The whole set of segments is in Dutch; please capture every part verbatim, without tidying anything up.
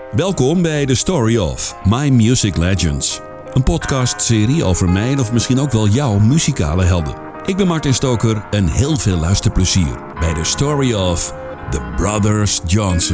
Welkom bij The Story of My Music Legends. Een podcastserie over mijn of misschien ook wel jouw muzikale helden. Ik ben Martin Stoker en heel veel luisterplezier bij The Story of The Brothers Johnson.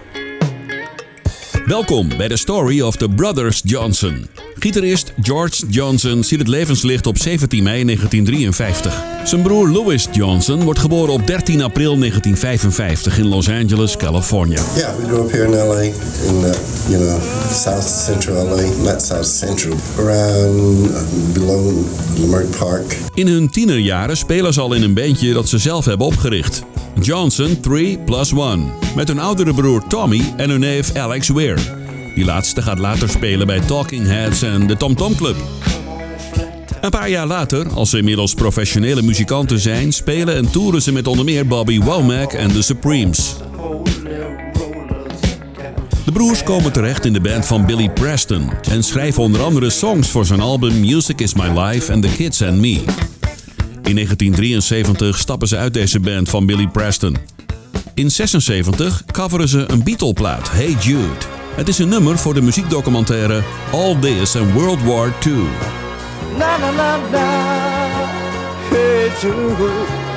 Welkom bij The Story of The Brothers Johnson. Gitarist George Johnson ziet het levenslicht op zeventien mei negentien drieënvijftig. Zijn broer Louis Johnson wordt geboren op dertien april negentien vijfenvijftig in Los Angeles, California. Yeah, we grew up here in L A, in the, you know, south central L A, not south central, around uh, below Leimert Park. In hun tienerjaren spelen ze al in een bandje dat ze zelf hebben opgericht. Johnson three plus one, met hun oudere broer Tommy en hun neef Alex Weir. Die laatste gaat later spelen bij Talking Heads en de Tom Tom Club. Een paar jaar later, als ze inmiddels professionele muzikanten zijn, spelen en toeren ze met onder meer Bobby Womack en The Supremes. De broers komen terecht in de band van Billy Preston en schrijven onder andere songs voor zijn album Music Is My Life and The Kids and Me. In negentien drieënzeventig stappen ze uit deze band van Billy Preston. In zesenzeventig coveren ze een Beatle-plaat, Hey Jude. Het is een nummer voor de muziekdocumentaire All This and World War Two. Na na na na, hey Jude,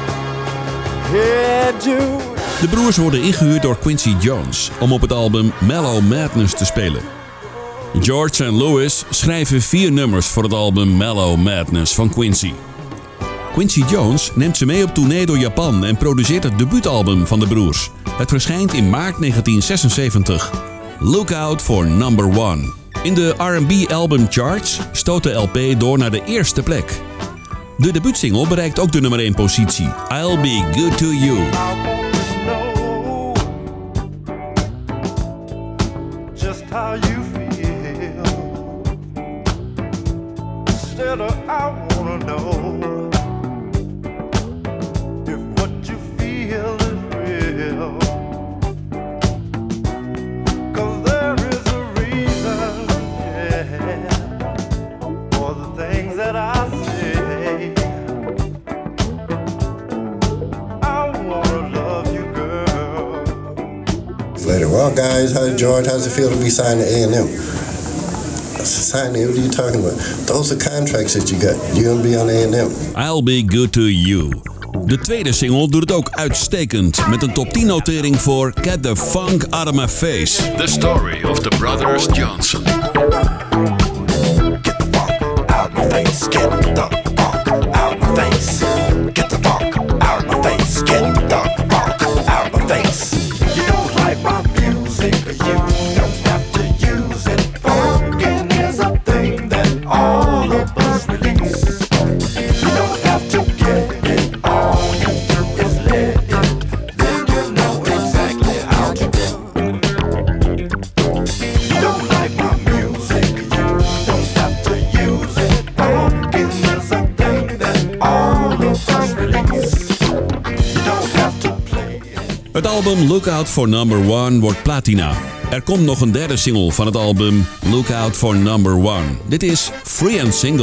hey Jude. De broers worden ingehuurd door Quincy Jones om op het album Mellow Madness te spelen. George en Louis schrijven vier nummers voor het album Mellow Madness van Quincy. Quincy Jones neemt ze mee op tournee door Japan en produceert het debuutalbum van de broers. Het verschijnt in maart negentien zesenzeventig. Look Out for Number One. In de R en B album charts stoot de L P door naar de eerste plek. De debuutsingle bereikt ook de nummer één positie. I'll Be Good To You. Just how you feel. Instead of I wanna know if what you feel is real. Cause there is a reason, yeah, for the things that I say. I wanna love you, girl. Later, well, guys, how's George? How's it feel to be signed to A and M? Signed to, what are you talking about? Those are contracts that you got. You're gonna be on A and M. I'll Be Good To You. De tweede single doet het ook uitstekend met een top tien notering voor Get the Funk Out of My Face. The Story of the Brothers Johnson. Get the funk out my face. Get the funk out my face. Get the funk out my face. Get the funk out my face. You don't like my music, you don't have to use it. Funkin' is a thing that all of us release. You don't have to get it, all you do is let it. Then you know exactly how to do. You don't like my music, you don't have to use it. Funkin' is a thing that all of us release. You don't have to play it. Het album Look Out for Number One wordt platina. Er komt nog een derde single van het album Look Out for Number One. Dit is Free and Single.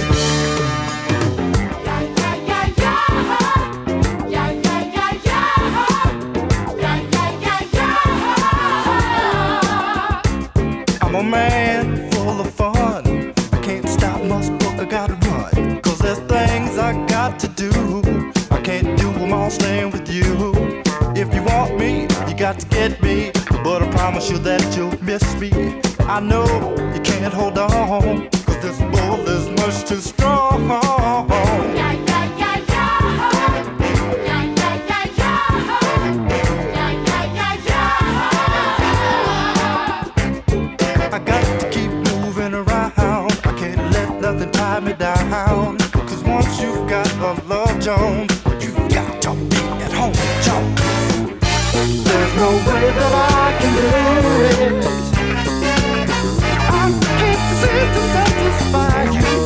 I'm a man full of fun. Can't stop, must book, I gotta run. Cause there's things I got to do. I can't do them all staying with you. If you want me, you got to get me. But I promise you that you'll miss me. I know you can't hold on. Cause this bull is much too strong. I got to keep moving around. I can't let nothing tie me down. Cause once you've got a love Jones, you've got to be at home Jones. There's no way that I can do it. I can't seem to satisfy you.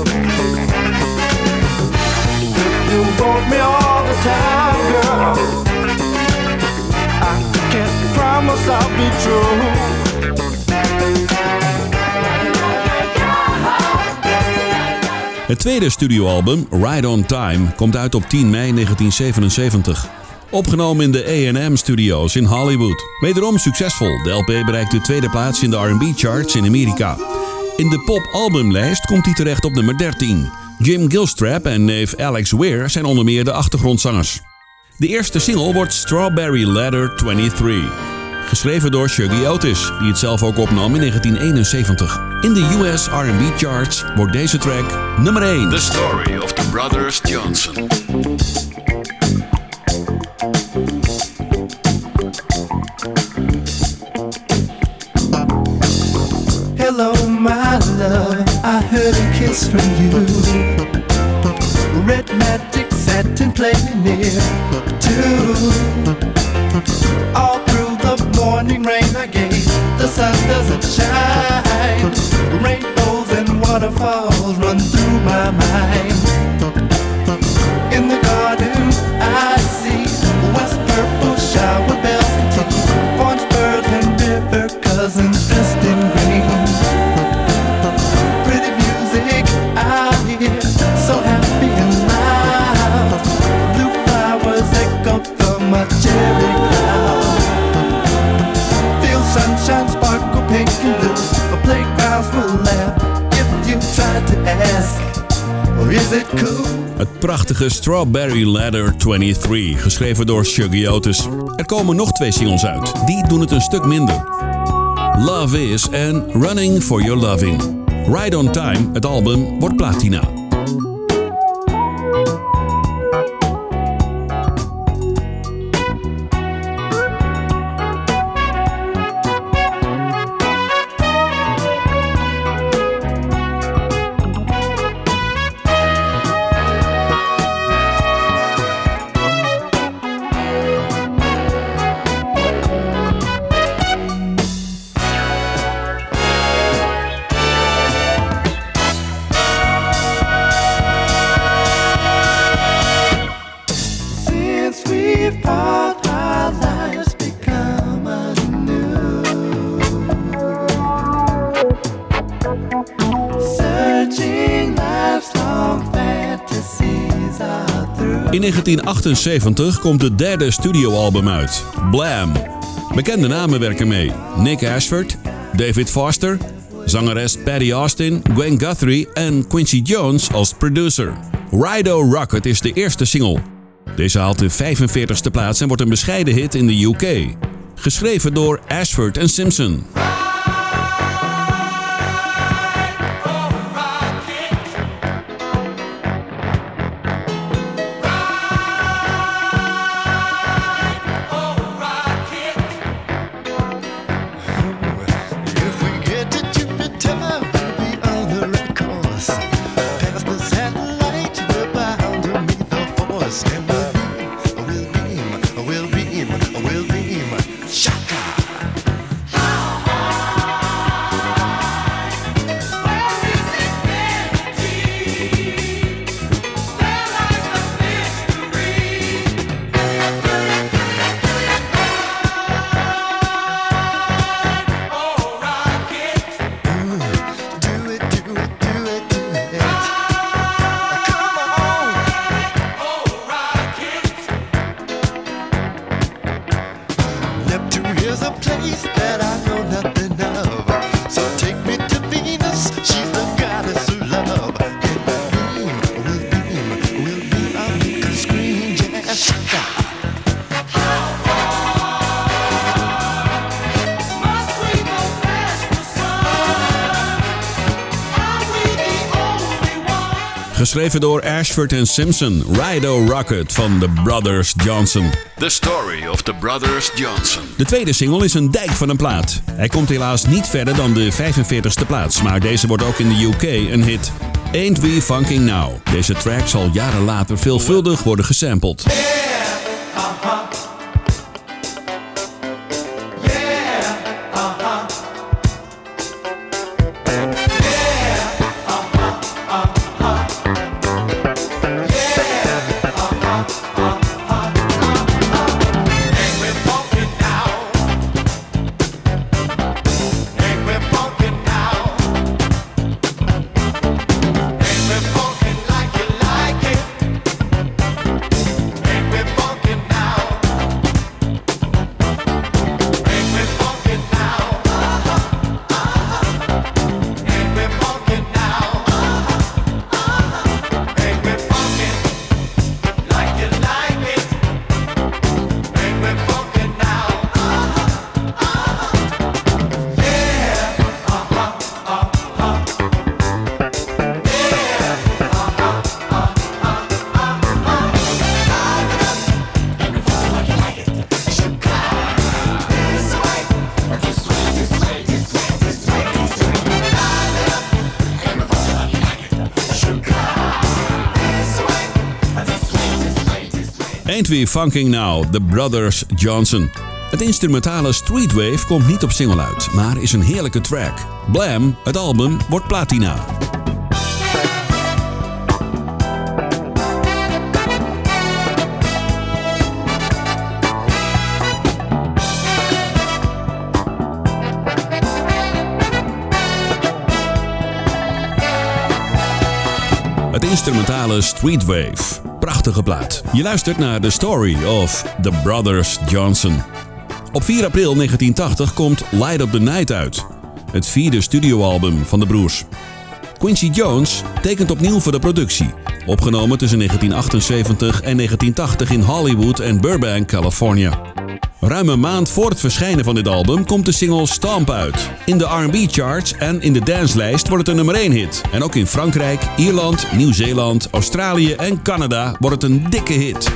If you want me all the time, girl, I can't promise I'll be true. Het tweede studioalbum, Right on Time, komt uit op tien mei negentien zevenenzeventig. Opgenomen in de A en M Studios in Hollywood. Wederom succesvol. De L P bereikt de tweede plaats in de R en B charts in Amerika. In de pop-albumlijst komt hij terecht op nummer dertien. Jim Gilstrap en neef Alex Weir zijn onder meer de achtergrondzangers. De eerste single wordt Strawberry Letter drieëntwintig. Geschreven door Shuggy Otis, die het zelf ook opnam in negentien eenenzeventig. In de U S R en B charts wordt deze track nummer één. The Story of the Brothers Johnson. Hello, my love, I heard a kiss from you. Red magic satin playing near too. All through the morning rain I gave, the sun doesn't shine. Rainbows and waterfalls run through my mind. In the garden I see west purple shower bells and tea, orange birds and river cousins dressed in green. Pretty music I hear, so happy and loud. Blue flowers echo from a cherry cloud. Feel sunshine sparkle pink and blue. The playgrounds will laugh if you try to ask, or is it cool? Het prachtige Strawberry Letter drieëntwintig, geschreven door Shuggy Otis. Er komen nog twee singles uit, die doen het een stuk minder. Love Is en Running For Your Loving. Right On Time, het album, wordt platina. In negentien achtenzeventig komt het derde studioalbum uit, Blam. Bekende namen werken mee. Nick Ashford, David Foster, zangeres Patty Austin, Gwen Guthrie en Quincy Jones als producer. Rido Rocket is de eerste single. Deze haalt de vijfenveertigste plaats en wordt een bescheiden hit in de U K. Geschreven door Ashford en Simpson. Geschreven door Ashford en Simpson, Rido Rocket van The Brothers Johnson. The Story of the Brothers Johnson. De tweede single is een dijk van een plaat. Hij komt helaas niet verder dan de vijfenveertigste plaats, maar deze wordt ook in de U K een hit. Ain't We Funking Now. Deze track zal jaren later veelvuldig worden gesampled. Like you like it. Ain't we funkin' now? Ain't We Funking Now, The Brothers Johnson. Het instrumentale Streetwave komt niet op single uit, maar is een heerlijke track. Blam, het album, wordt platina. Het instrumentale Streetwave. Prachtige plaat. Je luistert naar The Story of The Brothers Johnson. Op vier april negentien tachtig komt Light Up The Night uit. Het vierde studioalbum van de broers. Quincy Jones tekent opnieuw voor de productie. Opgenomen tussen negentien achtenzeventig en negentien tachtig in Hollywood en Burbank, California. Ruim een maand voor het verschijnen van dit album komt de single Stomp uit. In de R en B charts en in de danslijst wordt het een nummer één hit. En ook in Frankrijk, Ierland, Nieuw-Zeeland, Australië en Canada wordt het een dikke hit.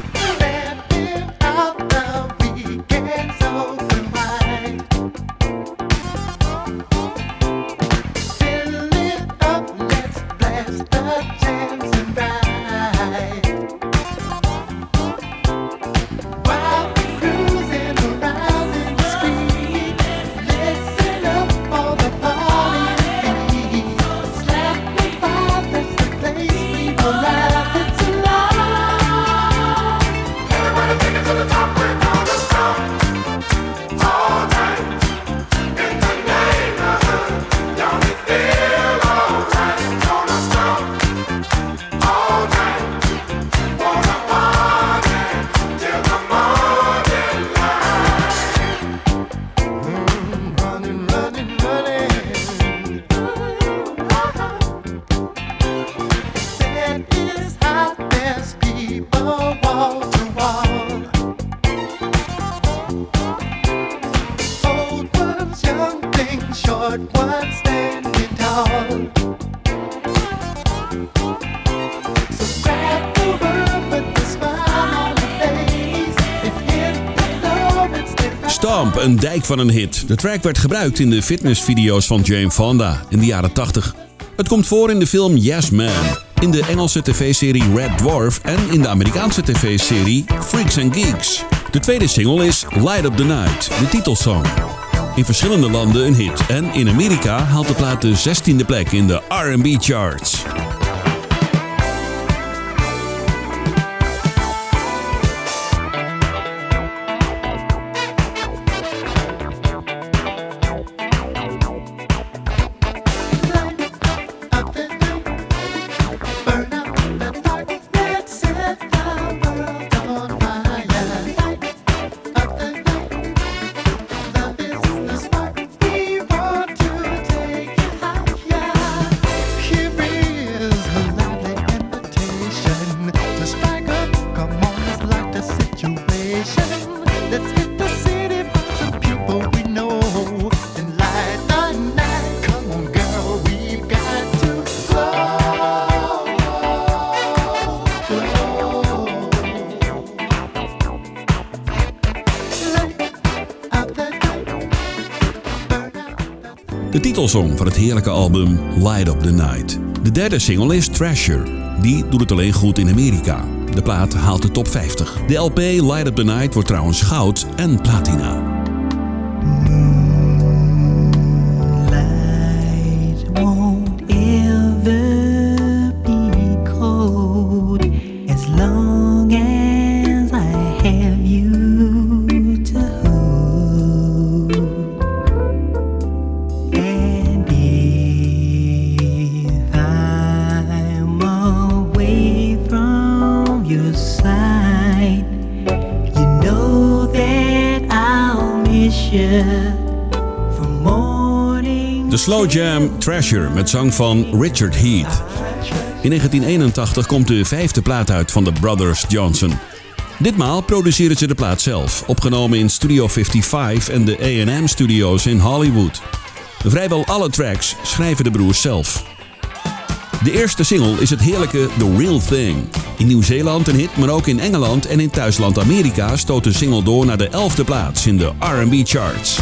Stomp, een dijk van een hit. De track werd gebruikt in de fitnessvideo's van Jane Fonda in de jaren tachtig. Het komt voor in de film Yes Man, in de Engelse tv-serie Red Dwarf en in de Amerikaanse tv-serie Freaks and Geeks. De tweede single is Light Up The Night, de titelsong. In verschillende landen een hit en in Amerika haalt de plaat de zestiende plek in de R en B charts. De titelsong van het heerlijke album Light Up The Night. De derde single is Treasure. Die doet het alleen goed in Amerika. De plaat haalt de top vijftig. De L P Light Up The Night wordt trouwens goud en platina. De slow jam Treasure met zang van Richard Heath. In negentien eenentachtig komt de vijfde plaat uit van de Brothers Johnson. Ditmaal produceren ze de plaat zelf, opgenomen in Studio vijfenvijftig en de A en M Studios in Hollywood. Vrijwel alle tracks schrijven de broers zelf. De eerste single is het heerlijke The Real Thing. In Nieuw-Zeeland een hit, maar ook in Engeland en in thuisland Amerika stoot de single door naar de elfde plaats in de R en B charts.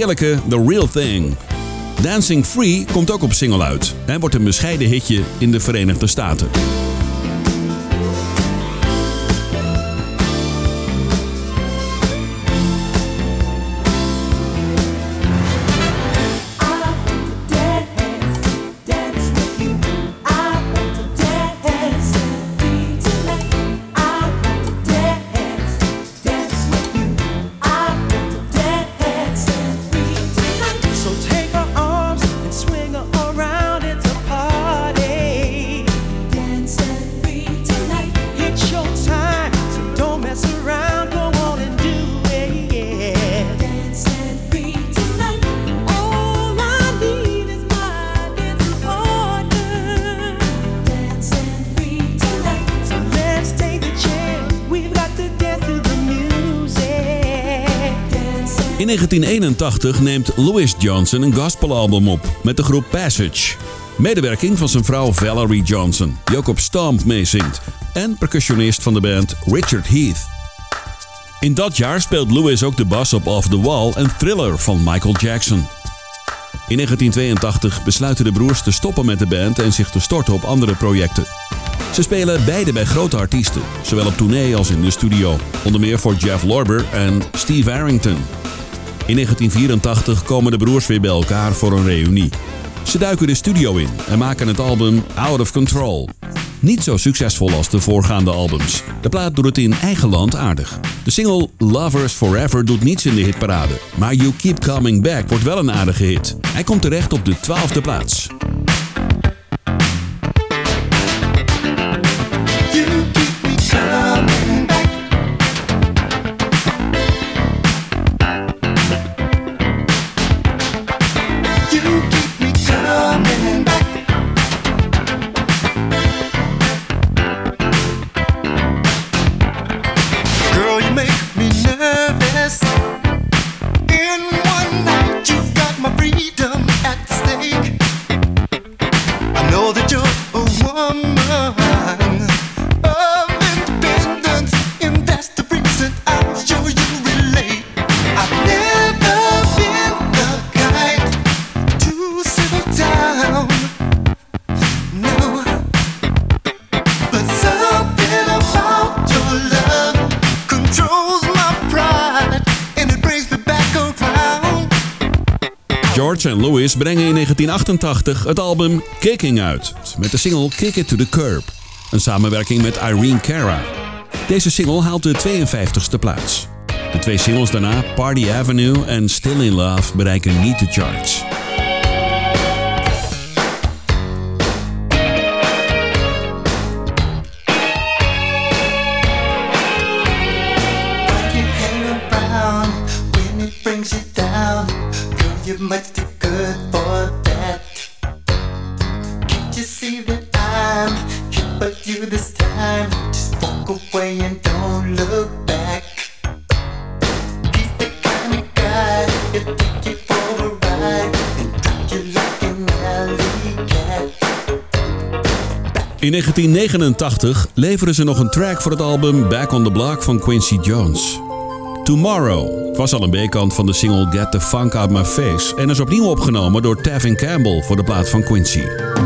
heerlijke The Real Thing. Dancing Free komt ook op single uit en wordt een bescheiden hitje in de Verenigde Staten. In negentien eenentachtig neemt Louis Johnson een gospelalbum op met de groep Passage. Medewerking van zijn vrouw Valerie Johnson, die ook op Stomp meezingt, en percussionist van de band Richard Heath. In dat jaar speelt Louis ook de bas op Off the Wall en Thriller van Michael Jackson. In negentien tweeëntachtig besluiten de broers te stoppen met de band en zich te storten op andere projecten. Ze spelen beide bij grote artiesten, zowel op tournee als in de studio, onder meer voor Jeff Lorber en Steve Arrington. In negentien vierentachtig komen de broers weer bij elkaar voor een reunie. Ze duiken de studio in en maken het album Out of Control. Niet zo succesvol als de voorgaande albums. De plaat doet het in eigen land aardig. De single Lovers Forever doet niets in de hitparade, maar You Keep Coming Back wordt wel een aardige hit. Hij komt terecht op de twaalfde plaats. George en Louis brengen in negentien achtentachtig het album Kicking uit, met de single Kick It to the Curb, een samenwerking met Irene Cara. Deze single haalt de tweeënvijftigste plaats. De twee singles daarna, Party Avenue en Still in Love, bereiken niet de charts. You're much too good for that. Can't you see that I'm here but you this time? Just walk away and don't look back. He's the kind of guy you take you for a ride and drop you like an alley cat. In negentien negenentachtig leveren ze nog een track voor het album Back on the Block van Quincy Jones. Tomorrow was al een B-kant van de single Get the Funk Out My Face en is opnieuw opgenomen door Tevin Campbell voor de plaat van Quincy.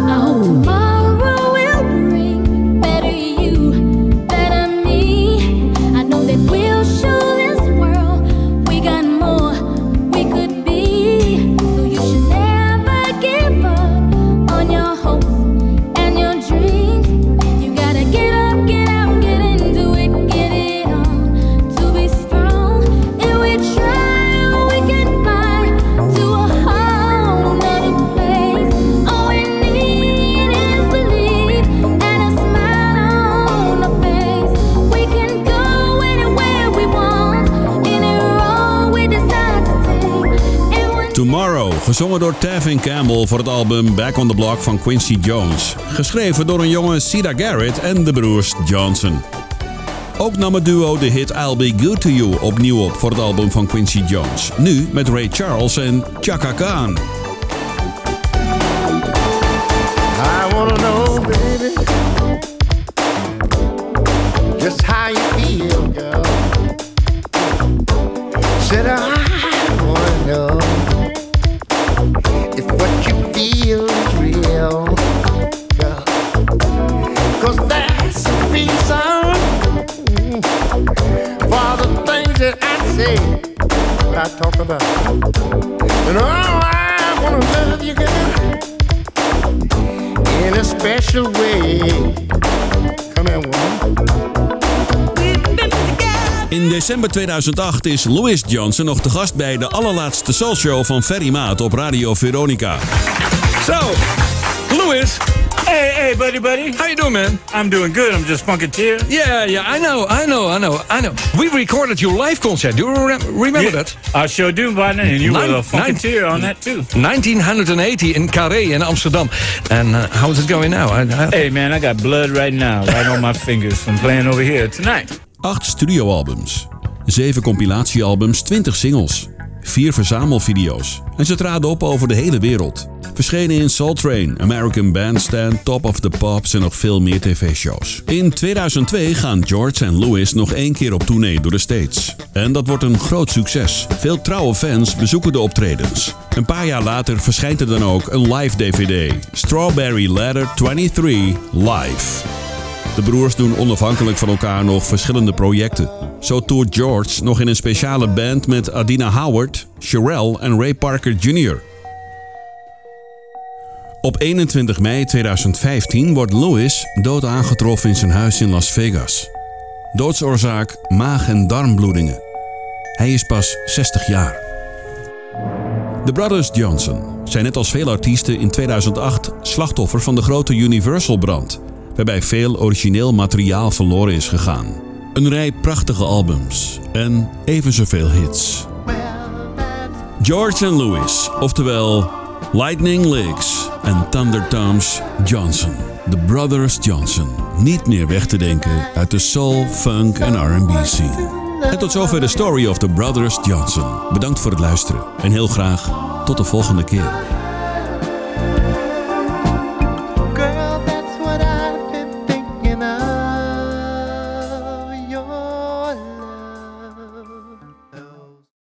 Tomorrow, gezongen door Tevin Campbell voor het album Back on the Block van Quincy Jones. Geschreven door een jonge Sida Garrett en de broers Johnson. Ook nam het duo de hit I'll Be Good To You opnieuw op voor het album van Quincy Jones. Nu met Ray Charles en Chaka Khan. I wanna know, baby, just how you feel, girl. Said I wanna know. talk about. And oh, I wanna love you, girl, in a special way. Come here, woman. In december tweeduizend acht is Louis Johnson nog te gast bij de allerlaatste soulshow van Ferry Maat op Radio Veronica. So, Louis. Hey, hey, buddy, buddy. How you doing, man? I'm doing good. I'm just funketeer. Yeah, yeah, I know, I know, I know, I know. We recorded your live concert. Do you re- remember Yeah, that? I sure do, partner. And you Nine- were a funketeer on that, too. nineteen eighty in Carré in Amsterdam. And uh, how is it going now? I, I... Hey, man, I got blood right now, right on my fingers from playing over here tonight. Acht studioalbums, zeven compilatiealbums, twintig singles, vier verzamelvideo's. En ze traden op over de hele wereld. Verschenen in Soul Train, American Bandstand, Top of the Pops en nog veel meer tv-shows. In tweeduizend twee gaan George en Louis nog één keer op tournee door de States. En dat wordt een groot succes. Veel trouwe fans bezoeken de optredens. Een paar jaar later verschijnt er dan ook een live D V D. Strawberry Letter drieëntwintig Live. De broers doen onafhankelijk van elkaar nog verschillende projecten. Zo toert George nog in een speciale band met Adina Howard, Sherelle en Ray Parker junior Op eenentwintig mei tweeduizend vijftien wordt Louis dood aangetroffen in zijn huis in Las Vegas. Doodsoorzaak maag- en darmbloedingen. Hij is pas zestig jaar. De Brothers Johnson zijn net als veel artiesten in tweeduizend acht slachtoffer van de grote Universal-brand, waarbij veel origineel materiaal verloren is gegaan. Een rij prachtige albums en even zoveel hits. George en Louis, oftewel Lightning Licks en Thunder Toms Johnson. The Brothers Johnson, niet meer weg te denken uit de soul, funk en R en B scene. En tot zover de story of the Brothers Johnson. Bedankt voor het luisteren en heel graag tot de volgende keer.